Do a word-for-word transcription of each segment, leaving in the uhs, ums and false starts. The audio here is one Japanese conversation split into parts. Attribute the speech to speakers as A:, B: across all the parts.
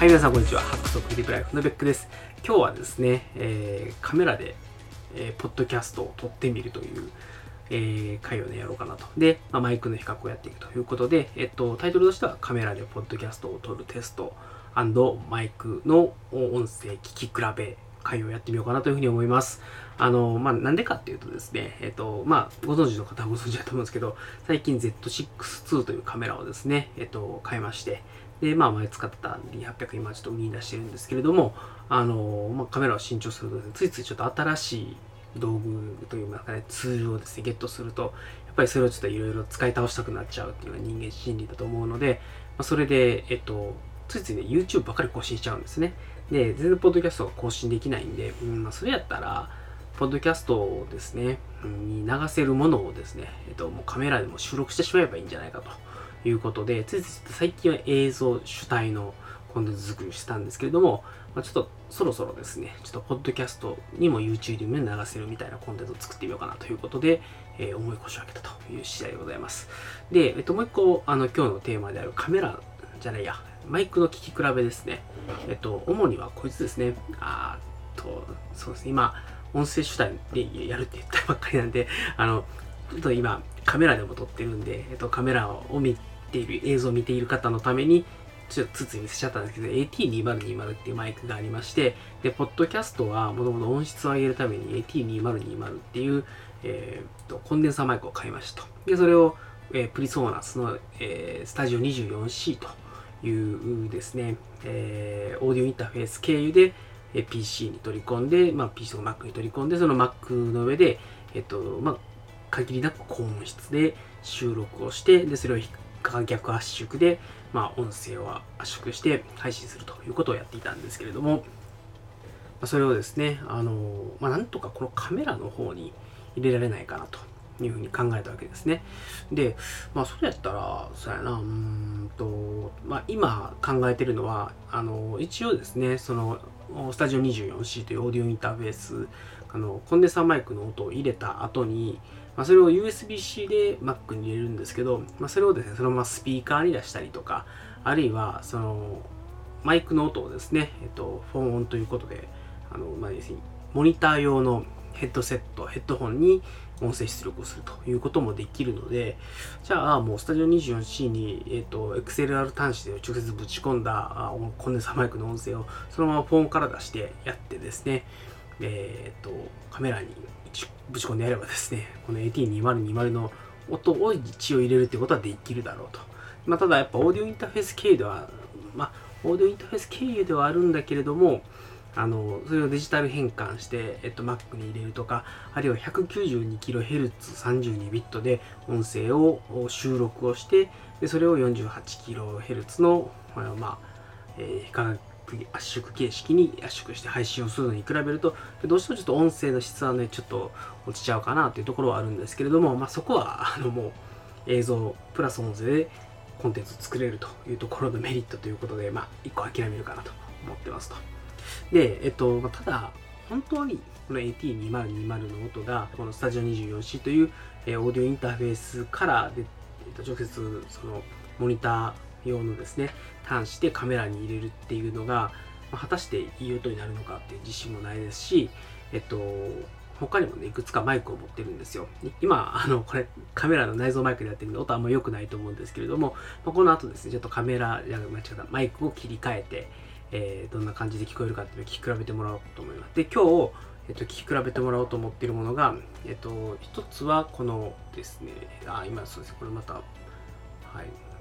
A: はい、皆さんこんにちは。ハックソクリプライフのベックです。今日はですね、えー、カメラで、えー、ポッドキャストを撮ってみるという、えー、回をね、やろうかなと。で、まあ、マイクの比較をやっていくということで、えっと、タイトルとしてはカメラでポッドキャストを撮るテスト&マイクの音声聞き比べ回をやってみようかなというふうに思います。あの、まあ、なんでかっていうとですね、えっと、まあ、ご存知の方はご存知だと思うんですけど、最近 ゼットシックスツー というカメラをですね、えっと、買いまして、で、まあ、前使ってた ディーはっぴゃく 今ちょっと売りに出してるんですけれども、あの、まあ、カメラを新調するとですね、ついついちょっと新しい道具といいますかね、ツールをですね、ゲットすると、やっぱりそれをちょっといろいろ使い倒したくなっちゃうっていうのが人間心理だと思うので、まあ、それで、えっと、ついついね、YouTube ばっかり更新しちゃうんですね。で、全然ポッドキャストが更新できないんで、うん、まあ、それやったら、ポッドキャストをですね、に流せるものをですね、えっと、もうカメラでも収録してしまえばいいんじゃないかということで、ついつい最近は映像主体のコンテンツ作りをしてたんですけれども、まあ、ちょっとそろそろですね、ちょっとポッドキャストにも YouTube で流せるみたいなコンテンツを作ってみようかなということで、えー、重い腰を上げたという次第でございます。で、えっと、もう一個、あの、今日のテーマであるカメラじゃないや、マイクの聞き比べですね。えっと、主にはこいつですね。あーと、そうですね、今、音声主体でやるって言ったばっかりなんで、あの、ちょっと今、カメラでも撮ってるんで、えっと、カメラを見ている、映像を見ている方のために、ちょっとつつ見せちゃったんですけど、エーティーにせんにじゅう っていうマイクがありまして、で、ポッドキャストはもともと音質を上げるために エーティーにせんにじゅう っていう、えー、とコンデンサーマイクを買いましたと。で、それを、えー、プリソーナスの、えー、スタジオ にじゅうよんシー というですね、えー、オーディオインターフェース経由で、えー、ピーシー に取り込んで、まあ、ピーシー とか Mac に取り込んで、その Mac の上で、えっと、まあ、限りなく高音質で収録をして、で、それを逆圧縮で、まあ、音声を圧縮して配信するということをやっていたんですけれども、それをですね、あの、まあ、なんとかこのカメラの方に入れられないかなというふうに考えたわけですね。で、まあ、それやったら、そうやな、うんと、まあ、今考えてるのは、あの、一応ですね、その、スタジオ にじゅうよんシー というオーディオインターフェース、あの、コンデンサーマイクの音を入れた後に、まあ、それを ユーエスビー-C で Mac に入れるんですけど、まあ、それをですね、そのままスピーカーに出したりとか、あるいは、その、マイクの音をですね、えっと、フォンオンということで、あの、まあ、要するに、モニター用のヘッドセット、ヘッドホンに音声出力をするということもできるので、じゃあ、もうスタジオ にじゅうよんシー に、えっと、エクセルアール 端子で直接ぶち込んだコンデンサーマイクの音声をそのままフォンから出してやってですね、えっと、カメラにぶち込んでやればですね、この エーティーにせんにじゅう の音を一応入れるってことはできるだろうと。まあ、ただやっぱオーディオインターフェース経由では、まあ、オーディオインターフェース経由ではあるんだけれども、あの、それをデジタル変換して、えっと、Mac に入れるとか、あるいは ひゃくきゅうじゅうにキロヘルツさんじゅうにビットで音声を収録をして、でそれを よんじゅうはちキロヘルツ の、まあ、えー、価格圧縮形式に圧縮して配信をするのに比べると、どうしてもちょっと音声の質はね、ちょっと落ちちゃうかなというところはあるんですけれども、まあ、そこは、あの、もう映像プラス音声でコンテンツを作れるというところのメリットということで、まあ、一個諦めるかなと思ってますと。で、えっと、ただ、本当にこの エーティーにせんにじゅう の音が、このスタジオ にじゅうよんシー という、えー、オーディオインターフェースからで、えっと、直接そのモニター用のですね、端子でカメラに入れるっていうのが、まあ、果たしていい音になるのかっていう自信もないですし、えっと、他にもね、いくつかマイクを持ってるんですよ。今、あの、これ、カメラの内蔵マイクでやってるんで、音あんま良くないと思うんですけれども、まあ、この後ですね、ちょっとカメラ、じゃ間違った、マイクを切り替えて、えー、どんな感じで聞こえるかっていうのを聞き比べてもらおうと思います。で、今日、えっと、聞き比べてもらおうと思っているものが、えっと、一つはこのですね、あ、今そうですね、これまた、はい、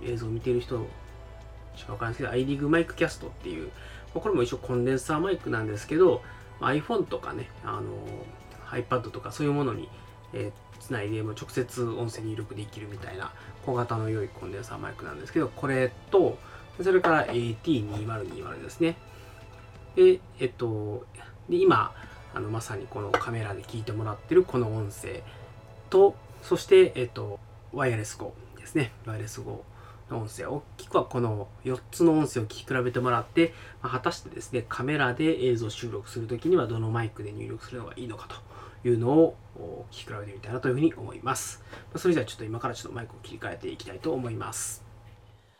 A: 映像を見ている人しかわからないですけど、アイリグ マイクキャストっていう、これも一応コンデンサーマイクなんですけど、iPhone とかね、あの、iPad とかそういうものに、えー、つないでも直接音声入力できるみたいな小型の良いコンデンサーマイクなんですけど、これと、それから エーティーにせんにじゅう ですね。で、えっと、で今、あのまさにこのカメラで聞いてもらってるこの音声と、そして、えっと、ワイヤレス号ですね。ワイヤレス号の音声。大きくはこのよっつの音声を聞き比べてもらって、まあ、果たしてですね、カメラで映像収録するときにはどのマイクで入力するのがいいのかというのを聞き比べてみたいなというふうに思います。それじゃあちょっと今からちょっとマイクを切り替えていきたいと思います。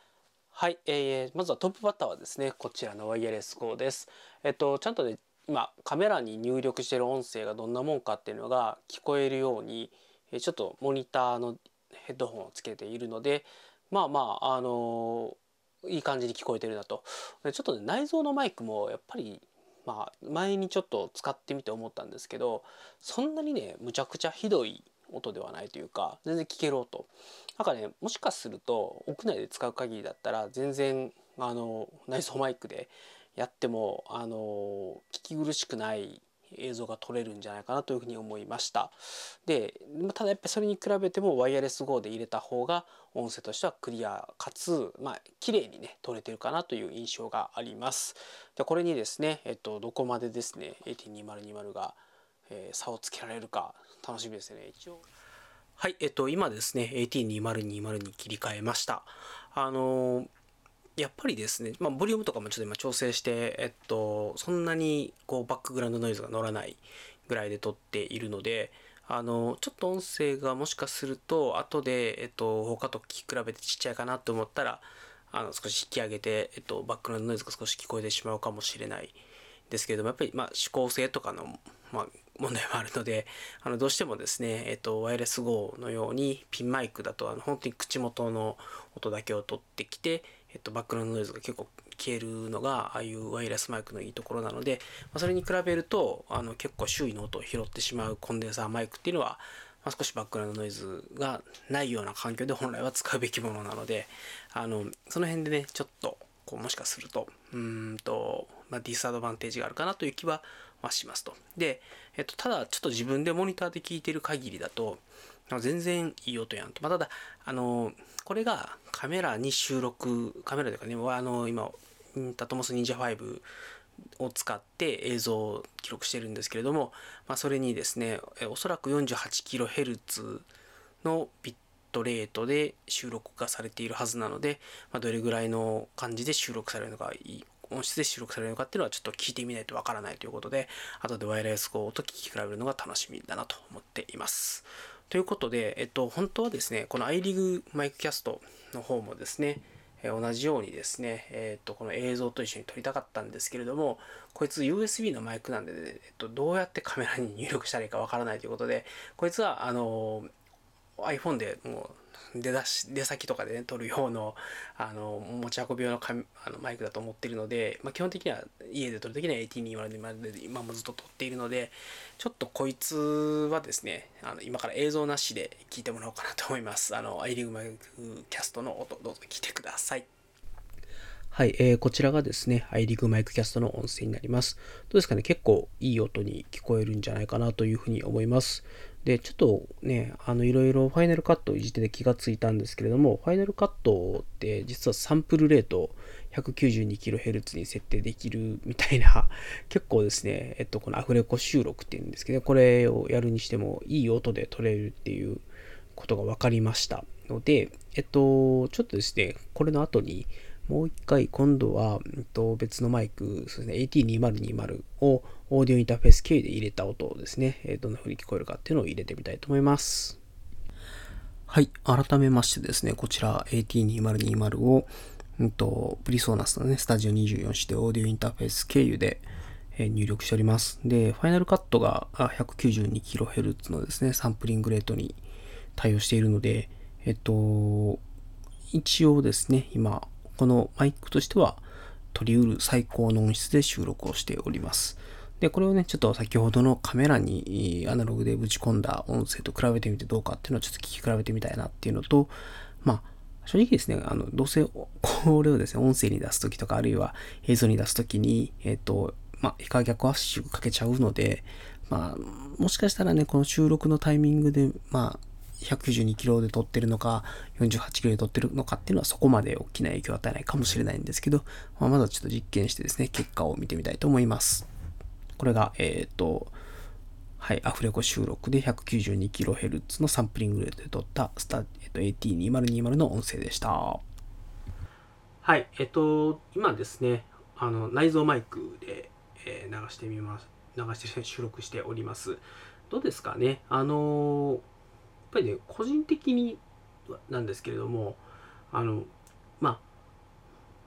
A: はい、えー、まずはトップバッターはですね、こちらのワイヤレス ゴー です。えっと、ちゃんとね、今カメラに入力している音声がどんなもんかっていうのが聞こえるように、ちょっとモニターのヘッドホンをつけているので、まあまあ、あのー、いい感じに聞こえてるなと。でちょっとね、内蔵のマイクもやっぱり、まあ、前にちょっと使ってみて思ったんですけど、そんなにね、むちゃくちゃひどい音ではないというか、全然聞ける音。なんかね、もしかすると屋内で使う限りだったら全然あの内蔵マイクでやってもあの聞き苦しくない映像が撮れるんじゃないかなというふうに思いました。でただやっぱりそれに比べてもワイヤレス ゴー で入れた方が音声としてはクリアかつまあ綺麗にね撮れてるかなという印象があります。でこれにですね、えっと、どこまでですね エーティーにせんにじゅう が、えー、差をつけられるか楽しみですね。一応はい、えっと、今ですね、エーティーにせんにじゅう に切り替えました。あのー、やっぱりですね、まあ、ボリュームとかもちょっと今調整して、えっと、そんなにこうバックグラウンドノイズが乗らないぐらいで撮っているので、あの、ちょっと音声がもしかすると、後で、えっと、他と聞き比べてちっちゃいかなと思ったら、あの、少し引き上げて、えっと、バックグラウンドノイズが少し聞こえてしまうかもしれないですけれども、やっぱり、まあ、指向性とかの、まあ、問題もあるので、あのどうしてもですね、えっと、ワイヤレス ゴー のようにピンマイクだとあの本当に口元の音だけを取ってきて、えっと、バックグラウンドノイズが結構消えるのがああいうワイヤレスマイクのいいところなので、まあ、それに比べるとあの結構周囲の音を拾ってしまうコンデンサーマイクっていうのは、まあ、少しバックグラウンドノイズがないような環境で本来は使うべきものなので、あのその辺でねちょっとこうもしかするとうーんと、まあ、ディスアドバンテージがあるかなという気はしますと。で、えっと、ただちょっと自分でモニターで聞いてる限りだと全然いい音やんと。まあ、ただあのこれがカメラに収録カメラというかねあの今タトモスニンジャファイブを使って映像を記録してるんですけれども、まあ、それにですねおそらく よんじゅうはちキロヘルツ のビットレートで収録がされているはずなので、まあ、どれぐらいの感じで収録されるのがいい音質で収録されるのかっていうのはちょっと聞いてみないとわからないということで、後でワイヤレス ゴー と聞き比べるのが楽しみだなと思っています。ということで、えっと、本当はですね、この アイリグ マイクキャストの方もですね、同じようにですね、えっと、この映像と一緒に撮りたかったんですけれども、こいつ ユーエスビー のマイクなんで、ね、えっと、どうやってカメラに入力したらいいかわからないということで、こいつは、あの、iPhone でもう出だし出先とかでね撮る用のあの持ち運び用のカあのマイクだと思っているので、まあ、基本的には家で撮るときには エーティーにせんにじゅう で今もずっと撮っているので、ちょっとこいつはですねあの今から映像なしで聞いてもらおうかなと思います。あの アイリグ マイクキャストの音どうぞ聞いてください。はい、えー、こちらがですね、アイリグ マイクキャストの音声になります。どうですかね、結構いい音に聞こえるんじゃないかなというふうに思います。で、ちょっとね、あの、いろいろファイナルカットをいじってて気がついたんですけれども、ファイナルカットって実はサンプルレート ひゃくきゅうじゅうにキロヘルツ に設定できるみたいな、結構ですね、えっと、このアフレコ収録っていうんですけど、これをやるにしてもいい音で撮れるっていうことが分かりましたので、えっと、ちょっとですね、これの後に、もう一回今度は、えっと、別のマイク、そうですね、エーティーにせんにじゅう をオーディオインターフェース経由で入れた音をですね、どんな風に聞こえるかっていうのを入れてみたいと思います。はい、改めましてですね、こちら エーティーにせんにじゅう を、うんと、プリソーナスのね、スタジオにじゅうよんしてオーディオインターフェース経由で入力しております。で、ファイナルカットが ひゃくきゅうじゅうにキロヘルツ のですね、サンプリングレートに対応しているので、えっと、一応ですね、今、このマイクとしては取り得る最高の音質で収録をしております。で、これをね、ちょっと先ほどのカメラにアナログでぶち込んだ音声と比べてみてどうかっていうのをちょっと聞き比べてみたいなっていうのと、まあ、正直ですね、あの、どうせこれをですね、音声に出すときとか、あるいは映像に出すときに、えっと、まあ、非可逆圧縮かけちゃうので、まあ、もしかしたらね、この収録のタイミングで、まあ、ひゃくきゅうじゅうにキロで撮ってるのか、よんじゅうはちキロで撮ってるのかっていうのはそこまで大きな影響を与えないかもしれないんですけど、まあ、まずはちょっと実験してですね、結果を見てみたいと思います。これが、えっと、はい、アフレコ収録で ひゃくきゅうじゅうにキロヘルツ のサンプリングレートで撮ったスタ、えっと、エーティーにせんにじゅう の音声でした。はい、えっと、今ですね、あの内蔵マイクで、えー、流してみます。流して収録しております。どうですかね。あのー、やっぱりね、個人的になんですけれども、あの、まあ、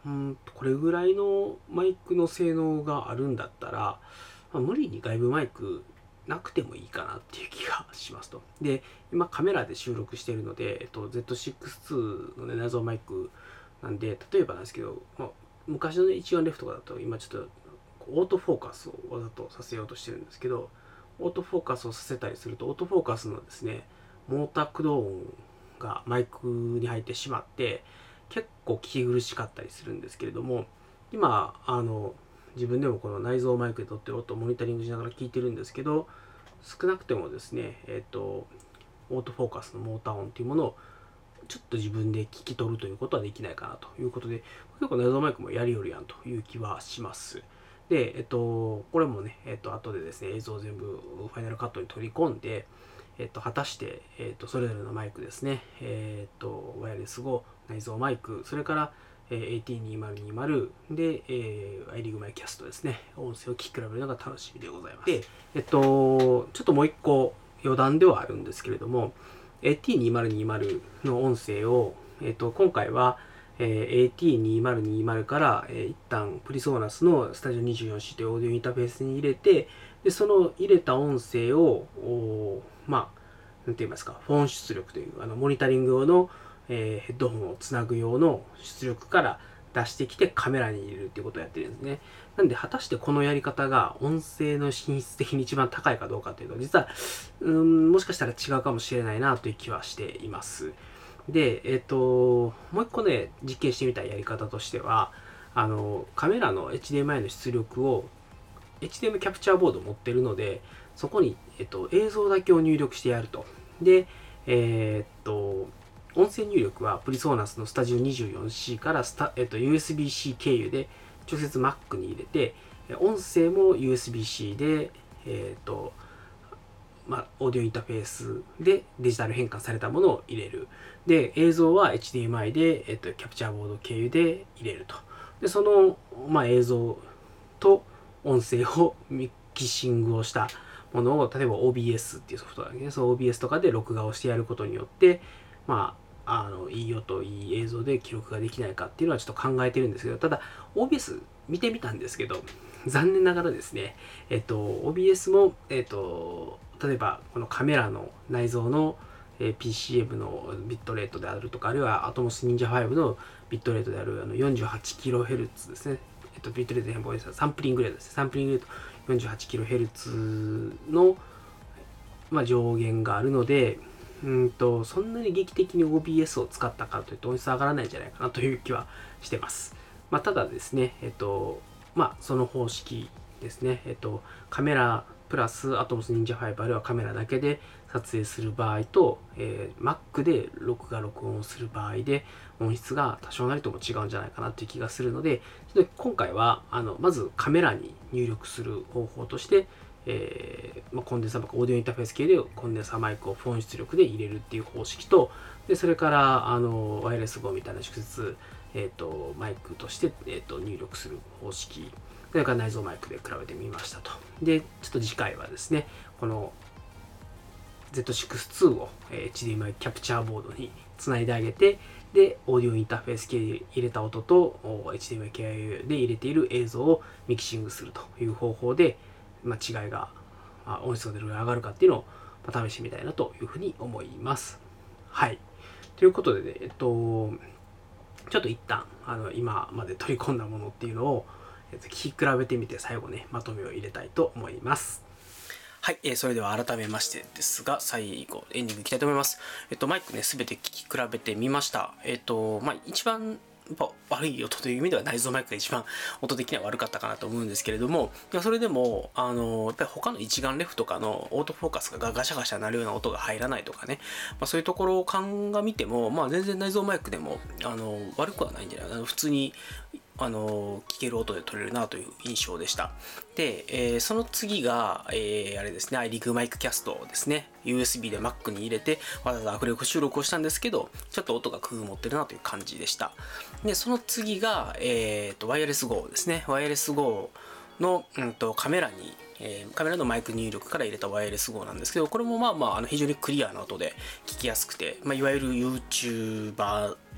A: うんこれぐらいのマイクの性能があるんだったら、まあ、無理に外部マイクなくてもいいかなっていう気がしますと。で、今カメラで収録しているので、えっと、ゼットシックスツー の、ね、内蔵マイクなんで、例えばなんですけど、まあ、昔の、ね、一眼レフとかだと今ちょっとオートフォーカスをわざとさせようとしてるんですけど、オートフォーカスをさせたりすると、オートフォーカスのですね、モーター駆動音がマイクに入ってしまって、結構聞き苦しかったりするんですけれども、今、あの、自分でもこの内蔵マイクで撮ってる音をモニタリングしながら聞いてるんですけど、少なくてもですね、えっと、オートフォーカスのモーター音というものをちょっと自分で聞き取るということはできないかなということで、結構内蔵マイクもやりよるやんという気はします。で、えっと、これもね、えっと、後でですね、映像を全部ファイナルカットに取り込んで、えっと、果たして、えっと、それぞれのマイクですね、えっと、ワイヤレスご、内蔵マイク、それから、えー、エーティーにせんにじゅう で、えー、アイリーグマイキャストですね、音声を聞き比べるのが楽しみでございます。で、えっと、ちょっともう一個余談ではあるんですけれども、エーティーにせんにじゅう の音声を、えっと、今回は、えー、エーティーにせんにじゅう から、えー、一旦プリソーナスのスタジオ にじゅうよんシー というオーディオインターフェースに入れて、でその入れた音声を、まあ、なんて言いますか、フォン出力という、あのモニタリング用の、えー、ヘッドホンをつなぐ用の出力から出してきてカメラに入れるっていうことをやってるんですね。なんで、果たしてこのやり方が音声の品質的に一番高いかどうかというと、実は、うん、もしかしたら違うかもしれないなという気はしています。で、えっと、もう一個ね、実験してみたいやり方としては、あの、カメラの エイチディーエムアイ の出力を、エイチディーエム キャプチャーボードを持ってるので、そこに、えっと、映像だけを入力してやると。で、えー、っと、音声入力はプリソーナスのスタジオ にじゅうよんシー からスタ、えっと、ユーエスビーC 経由で直接 Mac に入れて、音声も ユーエスビーC で、えー、っと、まあ、オーディオインターフェースでデジタル変換されたものを入れる。で、映像は エイチディーエムアイ で、えっと、キャプチャーボード経由で入れると。で、その、まあ、映像と音声をミキシングをしたものを、例えば オービーエス っていうソフトだね。その オービーエス とかで録画をしてやることによって、まあ、あの、いい音、いい映像で記録ができないかっていうのはちょっと考えてるんですけど、ただ、オービーエス 見てみたんですけど、残念ながらですね、えっと、オービーエス も、えっと、例えばこのカメラの内蔵の ピーシーエム のビットレートであるとか、あるいは Atomos Ninja ファイブのビットレートであるあの よんじゅうはちキロヘルツ ですね。えっと、ビットレート変更です。サンプリングレートです。サンプリングレート よんじゅうはちキロヘルツ の、まあ、上限があるので、うんと、そんなに劇的に オービーエス を使ったからといって音質上がらないんじゃないかなという気はしてます。まあ、ただですね、えっと、まあ、その方式ですね、えっと、カメラプラス Atomos Ninja ファイブあるいはカメラだけで撮影する場合と、えー、Mac で録画録音をする場合で音質が多少なりとも違うんじゃないかなという気がするので、今回はあのまずカメラに入力する方法として、えーまあ、コンデンサーマイク、オーディオインターフェース系でコンデンサーマイクをフォン出力で入れるっていう方式と、でそれからあのワイヤレスごみたいな直接、えーと、マイクとして、えーと、入力する方式、それから内蔵マイクで比べてみましたと。で、ちょっと次回はですね、この ゼットシックスツー を エイチディーエムアイ キャプチャーボードにつないであげて、で、オーディオインターフェース系で入れた音と エイチディーエムアイ 系で入れている映像をミキシングするという方法で、まあ、違いが、まあ、音質がどれぐらい上がるかっていうのを試してみたいなというふうに思います。はい。ということでね、えっと、ちょっと一旦、あの、今まで取り込んだものっていうのを、えっと、聞き比べてみて最後ね、まとめを入れたいと思います。はい、えー、それでは改めましてですが、最後、エンディングいきたいと思います。えっと、マイクね、すべて聞き比べてみました。えっと、まあ、一番、やっぱ悪い音という意味では内蔵マイクが一番音的には悪かったかなと思うんですけれども、それでも、あの、やっぱり他の一眼レフとかのオートフォーカスがガシャガシャ鳴るような音が入らないとかね、まあ、そういうところを鑑みても、まあ、全然内蔵マイクでも、あの、悪くはないんじゃないかな。普通に、あの、聞ける音で撮れるなという印象でした。で、えー、その次が、えー、あれですね、アイリーグマイクキャストですね。ユーエスビー で Mac に入れて、わざわざアフレコ収録をしたんですけど、ちょっと音が工夫持ってるなという感じでした。で、その次が、えーと、ワイヤレス ゴー ですね。ワイヤレス ゴー の、うんと、カメラに、えー、カメラのマイク入力から入れたワイヤレス ゴー なんですけど、これもまあまあ、あの非常にクリアな音で聞きやすくて、まあ、いわゆる YouTuber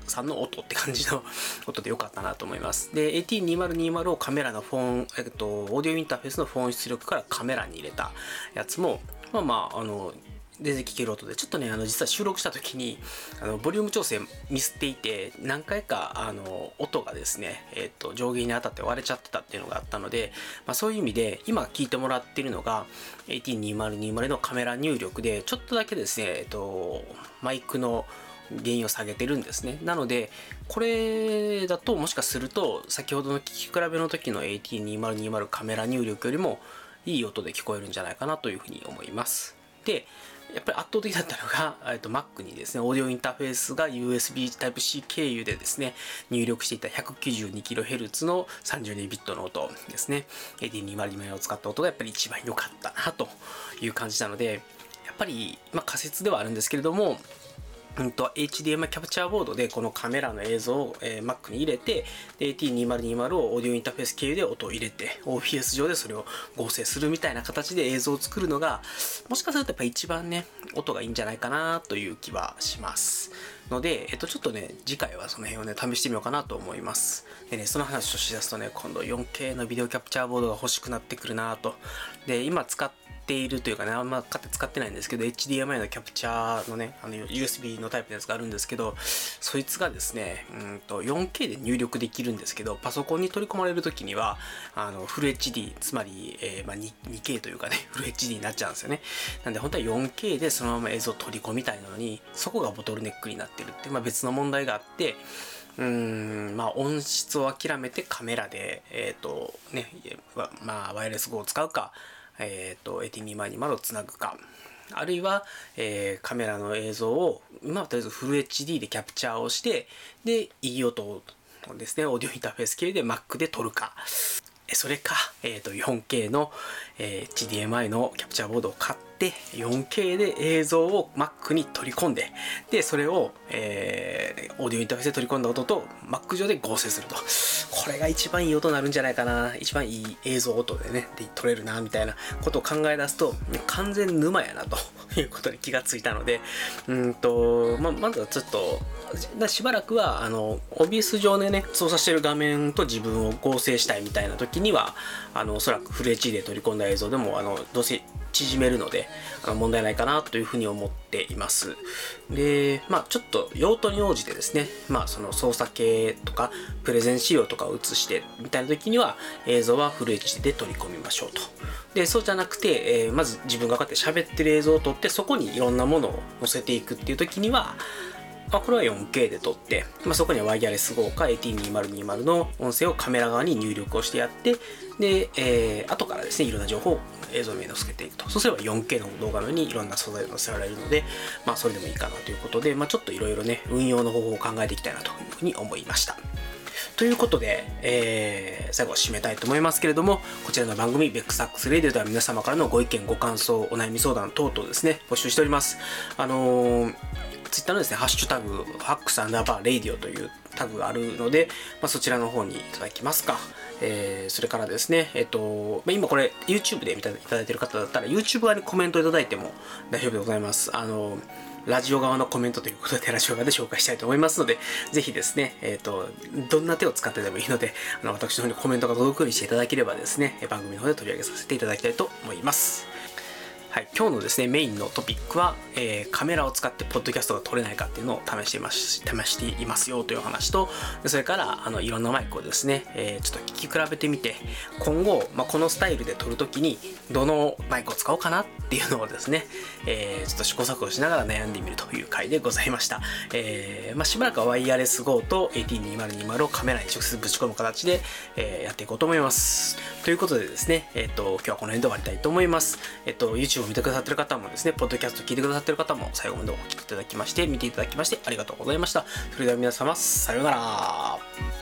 A: さんの音って感じの音で良かったなと思います。で、エーティーにせんにじゅうをカメラのフォン、えっと、オーディオインターフェースのフォン出力からカメラに入れたやつも、まあまあ、あの、全然聞ける音で、ちょっとね、あの、実は収録した時に、あの、ボリューム調整ミスっていて、何回か、あの、音がですね、えっと、上下に当たって割れちゃってたっていうのがあったので、まあそういう意味で、今聞いてもらってるのが、エーティーにせんにじゅうのカメラ入力で、ちょっとだけですね、えっと、マイクの原因を下げてるんですね。なので、これだともしかすると、先ほどの聞き比べの時の エーティーにせんにじゅうカメラ入力よりも、いい音で聞こえるんじゃないかなというふうに思います。で、やっぱり圧倒的だったのが、えっと、Mac にですね、オーディオインターフェースが ユーエスビー タイプシー 経由でですね、入力していた ひゃくきゅうじゅうにキロヘルツ の さんじゅうにビットの音ですね、エーティーにせんにじゅうを使った音がやっぱり一番良かったなという感じなので、やっぱり、まあ仮説ではあるんですけれども、うんと、エイチディーエムアイ キャプチャーボードでこのカメラの映像を、えー、Mac に入れて、エーティーにせんにじゅうをオーディオインターフェース経由で音を入れて、オービーエス 上でそれを合成するみたいな形で映像を作るのが、もしかするとやっぱ一番ね、音がいいんじゃないかなという気はします。ので、えっと、ちょっとね、次回はその辺をね、試してみようかなと思います。でね、その話をしだすとね、今度 よんケー のビデオキャプチャーボードが欲しくなってくるなと。で、今使っているというかね、あんま買って使ってないんですけど、エイチディーエムアイ のキャプチャーのね、あの ユーエスビー のタイプのやつがあるんですけど、そいつがですね、うんと よんケー で入力できるんですけど、パソコンに取り込まれるときには、あの、フル エイチディー、つまり、えー、まあ にケー というかね、フル エイチディー になっちゃうんですよね。なんで本当は よんケー でそのまま映像を取り込みたいのに、そこがボトルネックになってるっていう、まあ別の問題があって、うーん、まあ音質を諦めてカメラで、えっと、ね、まあワイヤレス ゴー を使うか、えっと、エーティーにせんにじゅうをつなぐか、あるいは、えー、カメラの映像を、今はとりあえずフル エイチディー でキャプチャーをして、で、いい音をですね、オーディオインターフェース系で Mac で撮るか、それか、えっと、よんケー の、えー、エイチディーエムアイ のキャプチャーボードを買って、よんケー で映像を Mac に取り込んで、で、それを、えー、オーディオインターフェースで取り込んだ音と Mac 上で合成すると。これが一番いい音になるんじゃないかな。一番いい映像音でね、で撮れるな、みたいなことを考え出すと、完全沼やな、ということに気がついたので、うんと、ま、まずはちょっと、しばらくは、あの、オービーエス 上でね、操作してる画面と自分を合成したいみたいな時には、あの、おそらくフル エイチディー で取り込んだ映像でも、あの、どうせ縮めるので、あの問題ないかなというふうに思っています。で、まあちょっと用途に応じてですね、まあその操作系とか、プレゼン資料とかを映してみたいな時には、映像はフル エイチディー で取り込みましょうと。で、そうじゃなくて、えー、まず自分がこうやって喋ってる映像を撮って、そこにいろんなものを載せていくっていう時には、まあ、これは よんケー で撮って、まあ、そこにはワイヤレス ゴー か エーティーにせんにじゅうの音声をカメラ側に入力をしてやって、で、えー、後からですね、いろんな情報を映像に載せていくと。そうすれば よんケー の動画のようにいろんな素材を載せられるので、まあそれでもいいかなということで、まあちょっといろいろね、運用の方法を考えていきたいなというふうに思いました。ということで、えー、最後締めたいと思いますけれども、こちらの番組、ベックサックスレディオでは皆様からのご意見、ご感想、お悩み相談等々ですね、募集しております。あのー、ツイッターのですね、ハッシュタグ、ファックスアンダーバーレイディオというタグがあるので、まあ、そちらの方にいただきますか。えー、それからですね、えっと、まあ、今これ YouTube で見ていただいている方だったら YouTube 側にコメントいただいても大丈夫でございます。あの、ラジオ側のコメントということでラジオ側で紹介したいと思いますので、ぜひですね、えっと、どんな手を使ってでもいいので、あの、私の方にコメントが届くようにしていただければですね、番組の方で取り上げさせていただきたいと思います。はい、今日のですね、メインのトピックは、えー、カメラを使ってポッドキャストが撮れないかっていうのを試しています、試していますよという話と、それから、あの、いろんなマイクをですね、えー、ちょっと聞き比べてみて、今後、まあ、このスタイルで撮るときに、どのマイクを使おうかなっていうのをですね、えー、ちょっと試行錯誤しながら悩んでみるという回でございました。えー、まあ、しばらくはワイヤレス ゴー と エーティーにせんにじゅうをカメラに直接ぶち込む形で、えー、やっていこうと思います。ということでですね、えっと、今日はこの辺で終わりたいと思います。えっと、YouTube を見てくださってる方もですね、ポッドキャスト聞いてくださってる方も最後までお聞きいただきまして、見ていただきましてありがとうございました。それでは皆様、さようなら。